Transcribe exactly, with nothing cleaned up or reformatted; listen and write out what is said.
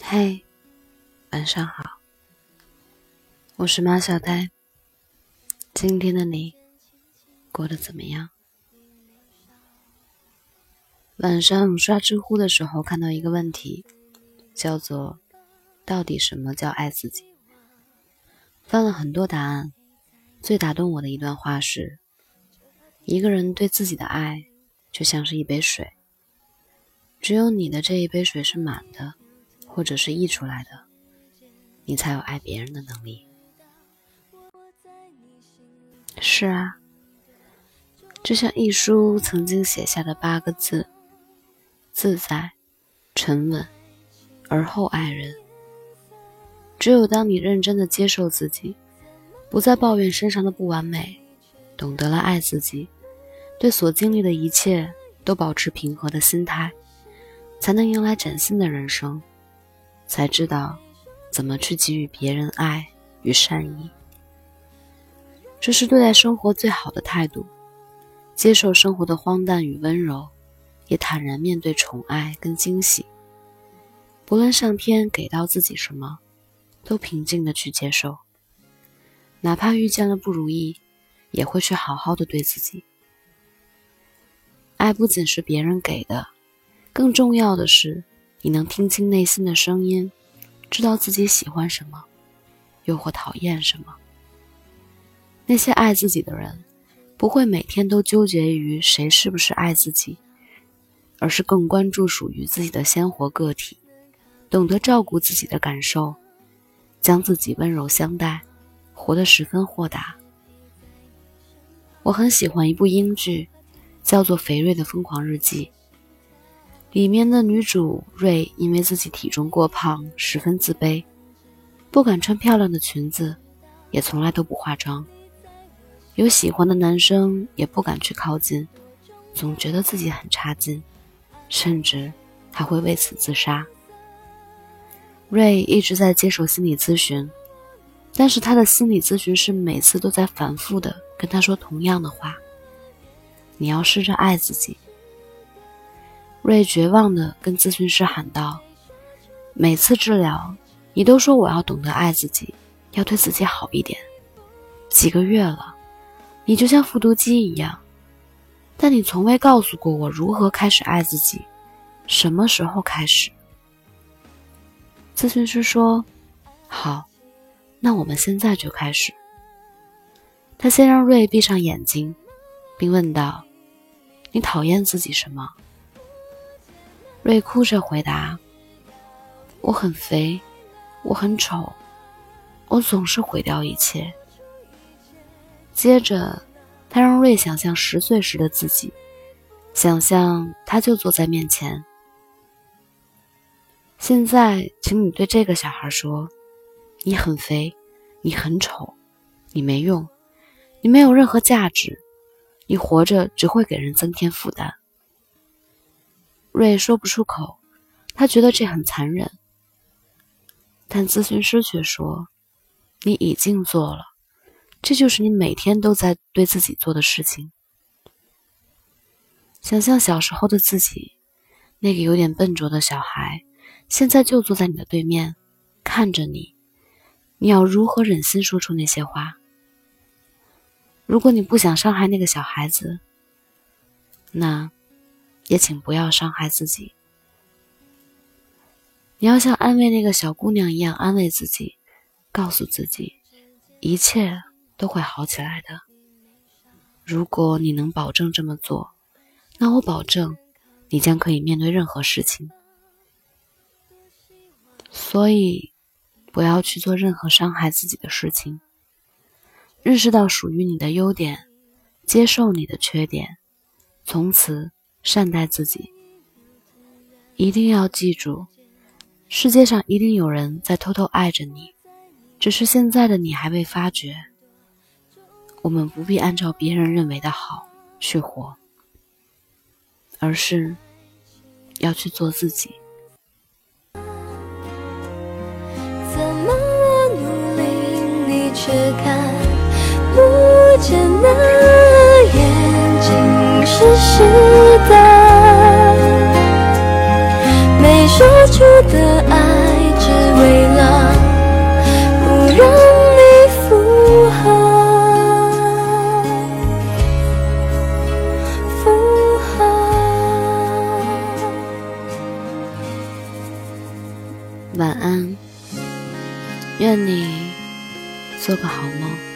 嘿，晚上好，我是马小呆。今天的你过得怎么样？晚上刷知乎的时候看到一个问题，叫做到底什么叫爱自己？翻了很多答案，最打动我的一段话是，一个人对自己的爱就像是一杯水，只有你的这一杯水是满的，或者是溢出来的，你才有爱别人的能力。是啊，就像一书曾经写下的八个字：自在、沉稳，而后爱人。只有当你认真地接受自己，不再抱怨身上的不完美，懂得了爱自己，对所经历的一切都保持平和的心态，才能迎来崭新的人生，才知道怎么去给予别人爱与善意。这是对待生活最好的态度，接受生活的荒诞与温柔，也坦然面对宠爱跟惊喜。不论上天给到自己什么，都平静地去接受，哪怕遇见了不如意，也会去好好的对自己。爱不仅是别人给的，更重要的是你能听清内心的声音，知道自己喜欢什么，又或讨厌什么。那些爱自己的人，不会每天都纠结于谁是不是爱自己，而是更关注属于自己的鲜活个体，懂得照顾自己的感受，将自己温柔相待，活得十分豁达。我很喜欢一部英剧，叫做《肥瑞的疯狂日记》，里面的女主瑞因为自己体重过胖，十分自卑，不敢穿漂亮的裙子，也从来都不化妆。有喜欢的男生也不敢去靠近，总觉得自己很差劲，甚至还会为此自杀。瑞一直在接受心理咨询，但是他的心理咨询师每次都在反复的跟他说同样的话：你要试着爱自己。瑞绝望地跟咨询师喊道：每次治疗你都说我要懂得爱自己，要对自己好一点，几个月了，你就像复读机一样，但你从未告诉过我如何开始爱自己，什么时候开始。咨询师说：好，那我们现在就开始。他先让瑞闭上眼睛，并问道：你讨厌自己什么？瑞哭着回答：我很肥，我很丑，我总是毁掉一切。接着他让瑞想象十岁时的自己，想象他就坐在面前。现在请你对这个小孩说：你很肥，你很丑，你没用，你没有任何价值，你活着只会给人增添负担。瑞说不出口，他觉得这很残忍，但咨询师却说：你已经做了，这就是你每天都在对自己做的事情。想象小时候的自己，那个有点笨拙的小孩，现在就坐在你的对面，看着你，你要如何忍心说出那些话？如果你不想伤害那个小孩子，那也请不要伤害自己。你要像安慰那个小姑娘一样安慰自己，告诉自己，一切都会好起来的。如果你能保证这么做，那我保证你将可以面对任何事情。所以不要去做任何伤害自己的事情，认识到属于你的优点，接受你的缺点，从此善待自己。一定要记住，世界上一定有人在偷偷爱着你，只是现在的你还未发觉。我们不必按照别人认为的好去活，而是要去做自己。 怎么我努力，你却看不见那眼睛湿湿的，没说出的爱做个好梦。